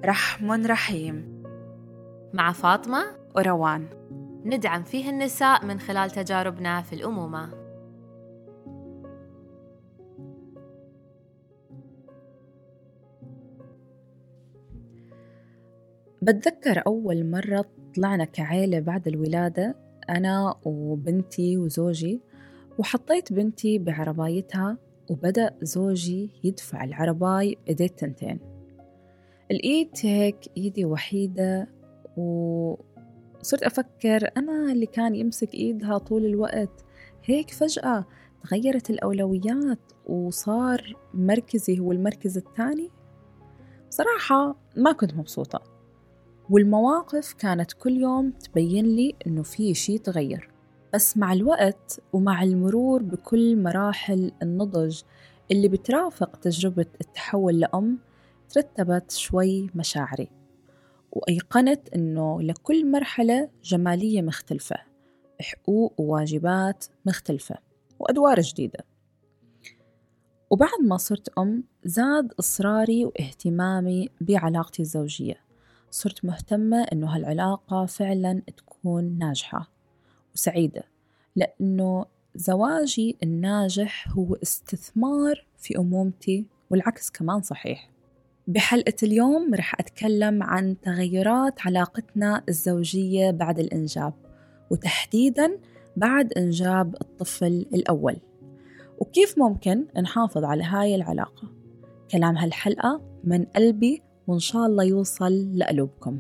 رحم رحيم مع فاطمة وروان، ندعم فيه النساء من خلال تجاربنا في الأمومة. بتذكر أول مرة طلعنا كعائلة بعد الولادة، أنا وبنتي وزوجي، وحطيت بنتي بعربايتها وبدأ زوجي يدفع العرباي بإيديه التنتين. الإيد هيك إيدي وحيدة، وصرت أفكر أنا اللي كان يمسك إيدها طول الوقت، هيك فجأة تغيرت الأولويات وصار مركزي هو المركز الثاني. صراحة ما كنت مبسوطة، والمواقف كانت كل يوم تبين لي إنه في شي تغير. بس مع الوقت ومع المرور بكل مراحل النضج اللي بترافق تجربة التحول لأم، ترتبت شوي مشاعري، وأيقنت إنه لكل مرحلة جمالية مختلفة، حقوق وواجبات مختلفة، وأدوار جديدة. وبعد ما صرت أم زاد إصراري واهتمامي بعلاقتي الزوجية. صرت مهتمة إنه هالعلاقة فعلاً تكون ناجحة وسعيدة، لأنه زواجي الناجح هو استثمار في أمومتي، والعكس كمان صحيح. بحلقة اليوم رح أتكلم عن تغيرات علاقتنا الزوجية بعد الإنجاب، وتحديداً بعد إنجاب الطفل الأول، وكيف ممكن نحافظ على هاي العلاقة. كلام هالحلقة من قلبي، وإن شاء الله يوصل لقلوبكم.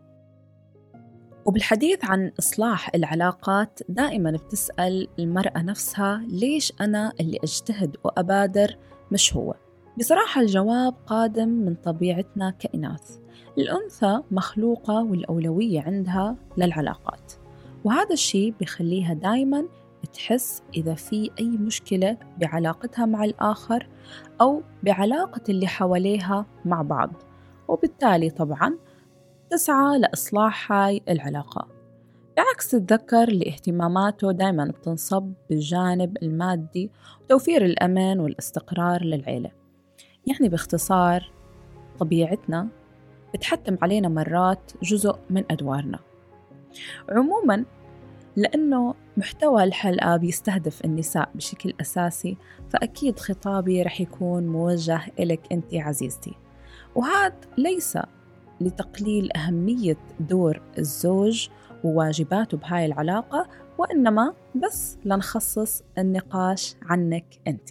وبالحديث عن إصلاح العلاقات دائماً بتسأل المرأة نفسها ليش أنا اللي أجتهد وأبادر مش هو؟ بصراحة الجواب قادم من طبيعتنا كإناث. الأنثى مخلوقة والأولوية عندها للعلاقات، وهذا الشيء بيخليها دائماً تحس إذا في أي مشكلة بعلاقتها مع الآخر أو بعلاقة اللي حواليها مع بعض، وبالتالي طبعاً تسعى لإصلاح هاي العلاقة. بعكس الذكر اللي اهتماماته دائماً بتنصب بالجانب المادي وتوفير الأمان والاستقرار للعيلة. يعني باختصار طبيعتنا بتحتم علينا مرات جزء من أدوارنا. عموماً لأنه محتوى الحلقة بيستهدف النساء بشكل أساسي، فأكيد خطابي رح يكون موجه إلك أنت عزيزتي، وهذا ليس لتقليل أهمية دور الزوج وواجباته بهاي العلاقة، وإنما بس لنخصص النقاش عنك أنت.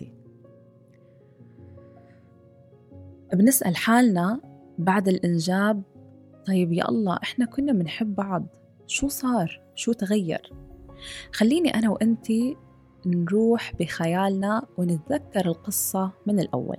بنسأل حالنا بعد الإنجاب، طيب يا الله إحنا كنا منحب بعض، شو صار؟ شو تغير؟ خليني أنا وأنتي نروح بخيالنا ونتذكر القصة من الأول.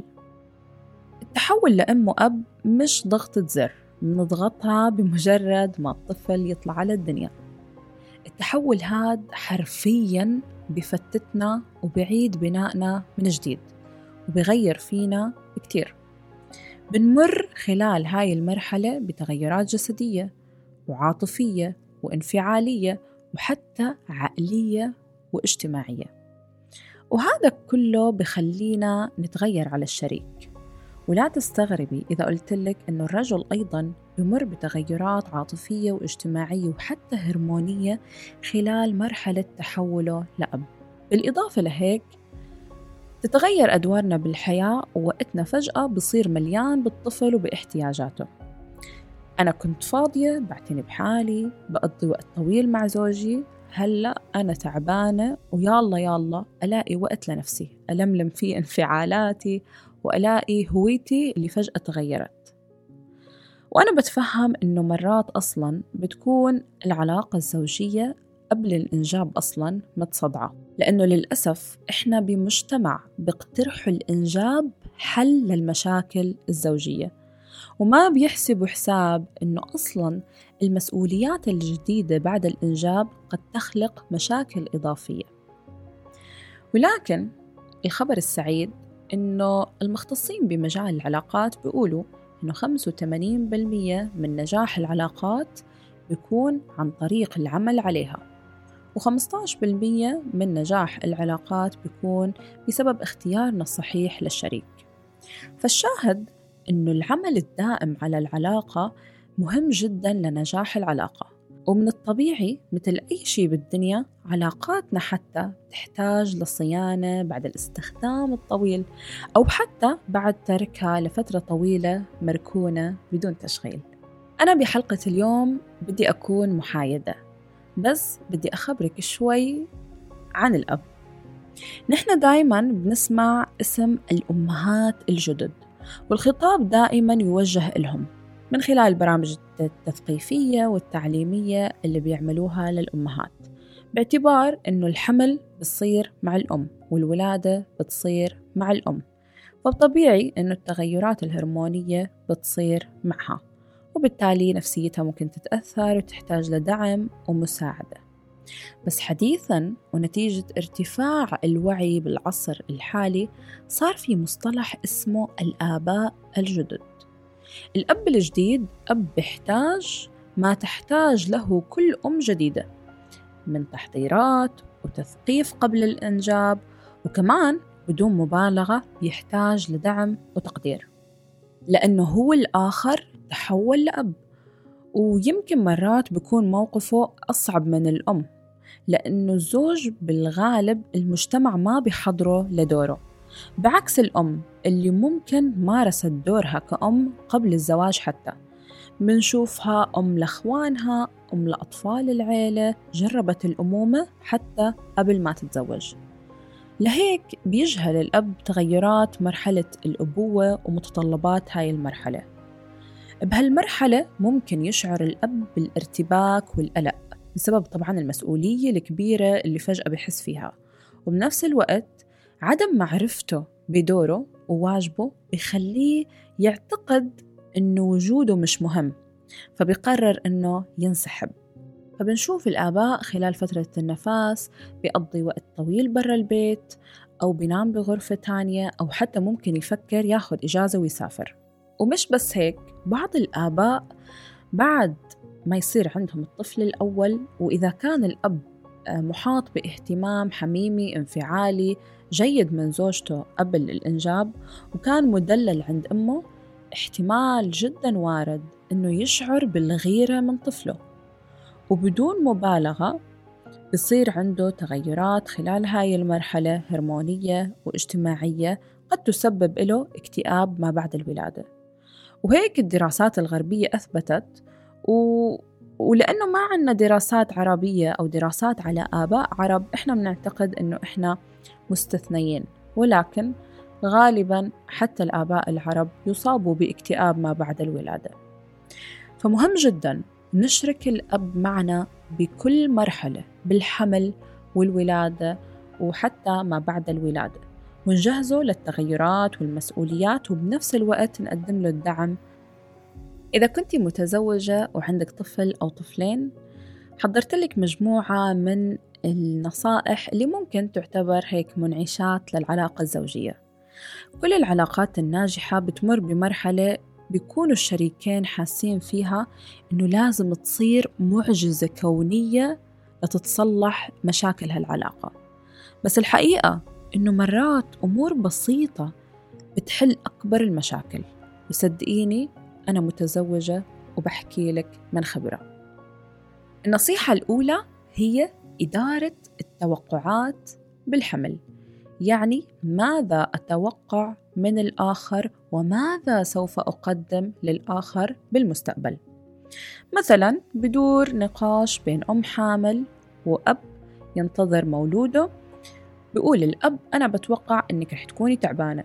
التحول لأم وأب مش ضغطة زر نضغطها بمجرد ما الطفل يطلع على الدنيا. التحول هاد حرفياً بفتتنا وبعيد بنائنا من جديد، وبغير فينا كتير. بنمر خلال هاي المرحلة بتغيرات جسدية وعاطفية وانفعالية وحتى عقلية واجتماعية، وهذا كله بخلينا نتغير على الشريك. ولا تستغربي إذا قلتلك أنه الرجل أيضاً بمر بتغيرات عاطفية واجتماعية وحتى هرمونية خلال مرحلة تحوله لأب. بالإضافة لهيك تتغير أدوارنا بالحياة، ووقتنا فجأة بصير مليان بالطفل وباحتياجاته. أنا كنت فاضية بعتني بحالي بقضي وقت طويل مع زوجي، هلأ أنا تعبانة ويالله يالله ألاقي وقت لنفسي ألملم فيه انفعالاتي وألاقي هويتي اللي فجأة تغيرت. وأنا بتفهم إنه مرات أصلاً بتكون العلاقة الزوجية قبل الإنجاب أصلاً متصدعة، لأنه للأسف إحنا بمجتمع بيقترحوا الإنجاب حل للمشاكل الزوجية، وما بيحسبوا حساب إنه أصلاً المسؤوليات الجديدة بعد الإنجاب قد تخلق مشاكل إضافية. ولكن الخبر السعيد إنه المختصين بمجال العلاقات بيقولوا إنه 85% من نجاح العلاقات بيكون عن طريق العمل عليها، و15% من نجاح العلاقات بيكون بسبب اختيارنا الصحيح للشريك. فالشاهد إنه العمل الدائم على العلاقة مهم جداً لنجاح العلاقة، ومن الطبيعي مثل أي شيء بالدنيا علاقاتنا حتى تحتاج لصيانة بعد الاستخدام الطويل أو حتى بعد تركها لفترة طويلة مركونة بدون تشغيل. أنا بحلقة اليوم بدي أكون محايدة، بس بدي أخبرك شوي عن الأب. نحن دايماً بنسمع اسم الأمهات الجدد، والخطاب دائماً يوجه لهم من خلال البرامج التثقيفية والتعليمية اللي بيعملوها للأمهات، باعتبار إنه الحمل بتصير مع الأم والولادة بتصير مع الأم، فطبيعي إنه التغيرات الهرمونية بتصير معها، وبالتالي نفسيتها ممكن تتأثر وتحتاج لدعم ومساعدة. بس حديثاً ونتيجة ارتفاع الوعي بالعصر الحالي صار في مصطلح اسمه الآباء الجدد. الأب الجديد أب بيحتاج ما تحتاج له كل أم جديدة من تحضيرات وتثقيف قبل الإنجاب، وكمان بدون مبالغة بيحتاج لدعم وتقدير، لأنه هو الآخر تحول لأب، ويمكن مرات بيكون موقفه أصعب من الأم، لأنه الزوج بالغالب المجتمع ما بيحضره لدوره، بعكس الأم اللي ممكن مارست دورها كأم قبل الزواج. حتى منشوفها أم لأخوانها، أم لأطفال العيلة، جربت الأمومة حتى قبل ما تتزوج. لهيك بيجهل الأب تغيرات مرحلة الأبوة ومتطلبات هاي المرحلة. بهالمرحلة ممكن يشعر الأب بالارتباك والقلق بسبب طبعاً المسؤولية الكبيرة اللي فجأة بيحس فيها، وبنفس الوقت عدم معرفته بدوره وواجبه بيخليه يعتقد إنه وجوده مش مهم، فبيقرر إنه ينسحب. فبنشوف الآباء خلال فترة النفاس بيقضي وقت طويل برا البيت، أو بينام بغرفة تانية، أو حتى ممكن يفكر ياخد إجازة ويسافر. ومش بس هيك، بعض الآباء بعد ما يصير عندهم الطفل الأول، وإذا كان الأب محاط باهتمام حميمي انفعالي جيد من زوجته قبل الإنجاب وكان مدلل عند أمه، احتمال جدا وارد إنه يشعر بالغيرة من طفله، وبدون مبالغة بصير عنده تغيرات خلال هاي المرحلة هرمونية واجتماعية قد تسبب له اكتئاب ما بعد الولادة. وهيك الدراسات الغربية أثبتت، ولأنه ما عندنا دراسات عربية أو دراسات على آباء عرب، إحنا بنعتقد إنه إحنا مستثنيين، ولكن غالباً حتى الآباء العرب يصابوا باكتئاب ما بعد الولادة. فمهم جداً نشرك الأب معنا بكل مرحلة بالحمل والولادة وحتى ما بعد الولادة، ونجهزه للتغيرات والمسؤوليات، وبنفس الوقت نقدم له الدعم. إذا كنت متزوجة وعندك طفل أو طفلين، حضرت لك مجموعة من النصائح اللي ممكن تعتبر هيك منعشات للعلاقة الزوجية. كل العلاقات الناجحة بتمر بمرحلة بيكونوا الشريكين حاسين فيها إنه لازم تصير معجزة كونية لتتصلح مشاكل هالعلاقة، بس الحقيقة إنه مرات أمور بسيطة بتحل أكبر المشاكل. وصدقيني أنا متزوجة وبحكي لك من خبرة. النصيحة الأولى هي إدارة التوقعات بالحمل، يعني ماذا أتوقع من الآخر وماذا سوف أقدم للآخر بالمستقبل. مثلا بدور نقاش بين أم حامل وأب ينتظر مولوده، بيقول الأب أنا بتوقع أنك رح تكوني تعبانة،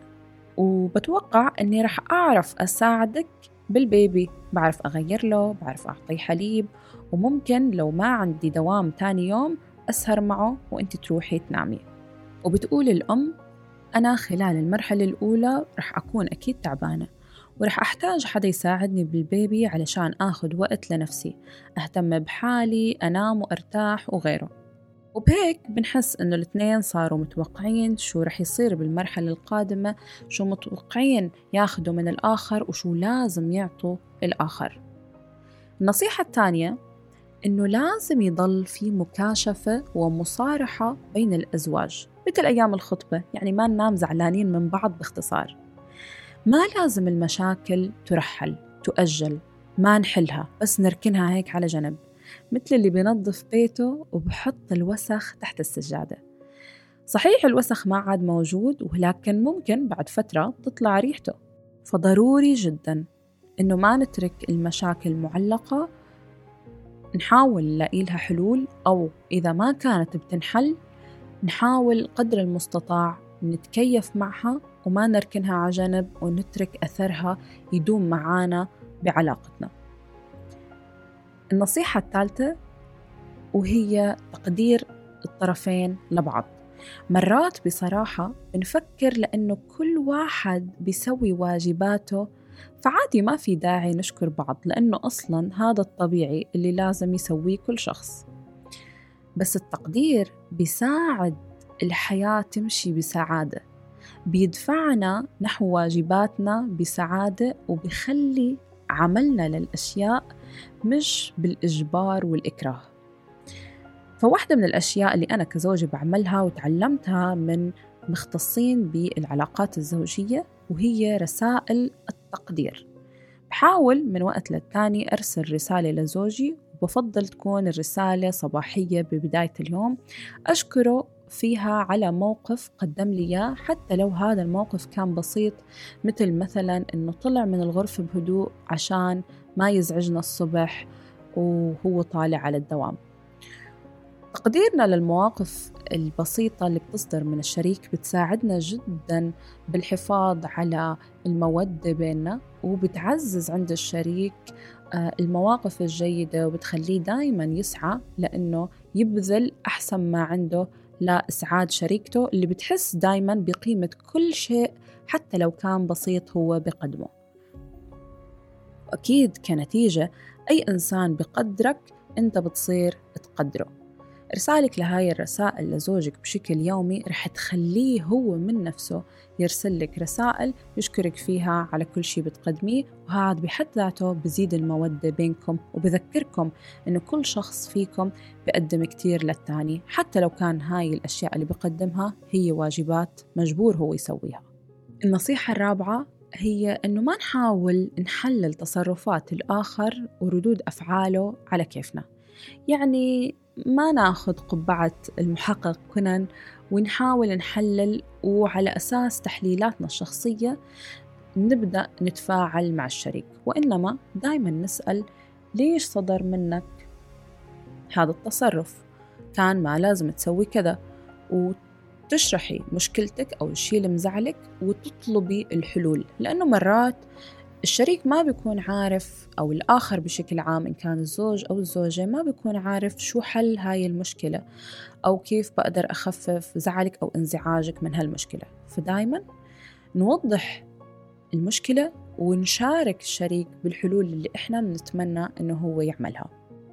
وبتوقع أني رح أعرف أساعدك بالبيبي، بعرف أغير له، بعرف أعطيه حليب، وممكن لو ما عندي دوام تاني يوم أسهر معه وأنت تروحي تنامي. وبتقول الأم أنا خلال المرحلة الأولى رح أكون أكيد تعبانة، ورح أحتاج حدا يساعدني بالبيبي علشان آخد وقت لنفسي، أهتم بحالي، أنام وأرتاح وغيره. وبهيك بنحس إنه الاثنين صاروا متوقعين شو رح يصير بالمرحلة القادمة، شو متوقعين ياخدوا من الآخر وشو لازم يعطوا الآخر. النصيحة الثانية إنه لازم يضل في مكاشفة ومصارحة بين الأزواج مثل أيام الخطبة، يعني ما ننام زعلانين من بعض باختصار. ما لازم المشاكل ترحل تؤجل، ما نحلها بس نركنها هيك على جنب، مثل اللي بينظف بيته وبحط الوسخ تحت السجادة. صحيح الوسخ ما عاد موجود، ولكن ممكن بعد فترة تطلع ريحته. فضروري جدا إنه ما نترك المشاكل معلقة، نحاول نلاقي لها حلول، أو إذا ما كانت بتنحل نحاول قدر المستطاع نتكيف معها وما نركنها على جنب ونترك أثرها يدوم معانا بعلاقتنا. النصيحة الثالثة وهي تقدير الطرفين لبعض. مرات بصراحة بنفكر لأنه كل واحد بيسوي واجباته فعادي ما في داعي نشكر بعض، لأنه أصلاً هذا الطبيعي اللي لازم يسويه كل شخص. بس التقدير بيساعد الحياة تمشي بسعادة، بيدفعنا نحو واجباتنا بسعادة، وبيخلي عملنا للأشياء مش بالإجبار والإكراه. فواحدة من الأشياء اللي أنا كزوجة بعملها وتعلمتها من مختصين بالعلاقات الزوجية وهي رسائل التقدير. بحاول من وقت للتاني أرسل رسالة لزوجي، وبفضل تكون الرسالة صباحية ببداية اليوم، أشكره فيها على موقف قدم لي إياه، حتى لو هذا الموقف كان بسيط، مثلا إنه طلع من الغرفة بهدوء عشان ما يزعجنا الصبح وهو طالع على الدوام. تقديرنا للمواقف البسيطة اللي بتصدر من الشريك بتساعدنا جداً بالحفاظ على المودة بيننا، وبتعزز عند الشريك المواقف الجيدة، وبتخليه دايماً يسعى لأنه يبذل أحسن ما عنده لإسعاد شريكته اللي بتحس دايماً بقيمة كل شيء حتى لو كان بسيط هو بقدمه. أكيد كنتيجة أي إنسان بقدرك أنت بتصير تقدره. إرسالك لهاي الرسائل لزوجك بشكل يومي رح تخليه هو من نفسه يرسل لك رسائل يشكرك فيها على كل شيء بتقدميه، وهذا بحد ذاته بزيد المودة بينكم، وبذكركم إنه كل شخص فيكم بيقدم كتير للتاني، حتى لو كان هاي الأشياء اللي بقدمها هي واجبات مجبور هو يسويها. النصيحة الرابعة هي إنه ما نحاول نحلل تصرفات الآخر وردود أفعاله على كيفنا. يعني ما ناخذ قبعة المحقق كونان ونحاول نحلل، وعلى أساس تحليلاتنا الشخصية نبدأ نتفاعل مع الشريك، وإنما دايما نسأل ليش صدر منك هذا التصرف؟ كان ما لازم تسوي كذا، وتشرحي مشكلتك أو الشيء اللي مزعلك وتطلبي الحلول. لأنه مرات الشريك ما بيكون عارف، أو الآخر بشكل عام إن كان الزوج أو الزوجة ما بيكون عارف شو حل هاي المشكلة، أو كيف بقدر أخفف زعلك أو انزعاجك من هالمشكلة. فدايما نوضح المشكلة ونشارك الشريك بالحلول اللي إحنا بنتمنى إنه هو يعملها.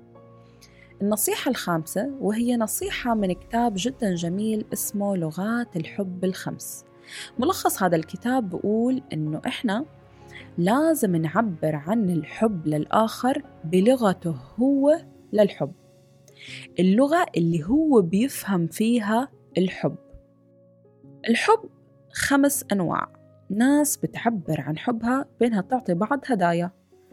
النصيحة الخامسة وهي نصيحة من كتاب جدا جميل اسمه لغات الحب الخمس. ملخص هذا الكتاب بيقول إنه إحنا لازم نعبر عن الحب للآخر بلغته هو للحب، اللغة اللي هو بيفهم فيها الحب. الحب 5 أنواع. ناس بتعبر عن حبها بينها تعطي بعض هدايا،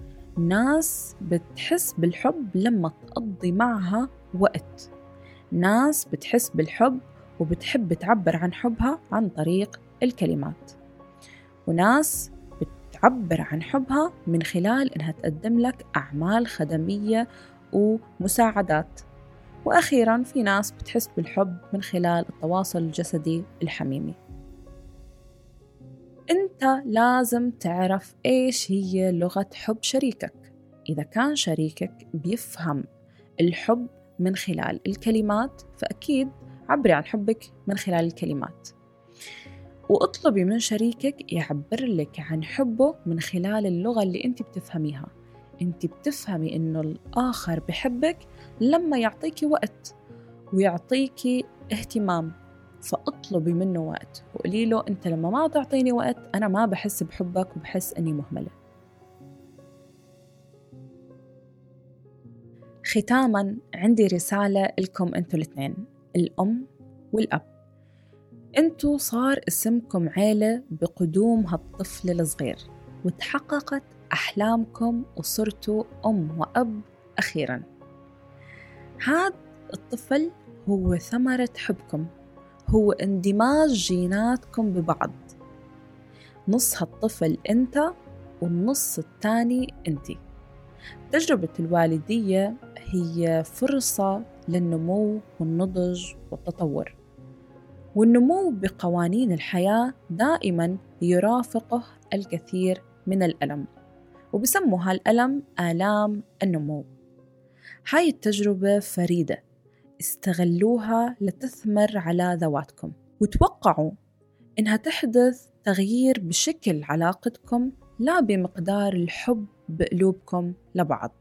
ناس بتحس بالحب لما تقضي معها وقت، ناس بتحس بالحب وبتحب تعبر عن حبها عن طريق الكلمات، وناس تعبر عن حبها من خلال إنها تقدم لك أعمال خدمية ومساعدات، وأخيراً في ناس بتحس بالحب من خلال التواصل الجسدي الحميمي. أنت لازم تعرف إيش هي لغة حب شريكك. إذا كان شريكك بيفهم الحب من خلال الكلمات فأكيد عبري عن حبك من خلال الكلمات، واطلبي من شريكك يعبر لك عن حبه من خلال اللغة اللي أنت بتفهميها. أنت بتفهمي إنه الآخر بحبك لما يعطيكي وقت ويعطيكي اهتمام، فاطلبي منه وقت وقولي له أنت لما ما تعطيني وقت أنا ما بحس بحبك وبحس أني مهملة. ختاماً عندي رسالة لكم أنتوا الاثنين، الأم والأب. أنتوا صار اسمكم عيلة بقدوم هالطفل الصغير، وتحققت أحلامكم وصرتوا أم وأب أخيراً. هذا الطفل هو ثمرة حبكم، هو اندماج جيناتكم ببعض. نص هالطفل أنت والنص الثاني أنتي. تجربة الوالدية هي فرصة للنمو والنضج والتطور، والنمو بقوانين الحياة دائماً يرافقه الكثير من الألم، وبسموا هالألم آلام النمو. هاي التجربة فريدة، استغلوها لتثمر على ذواتكم، وتوقعوا إنها تحدث تغيير بشكل علاقتكم لا بمقدار الحب بقلوبكم لبعض.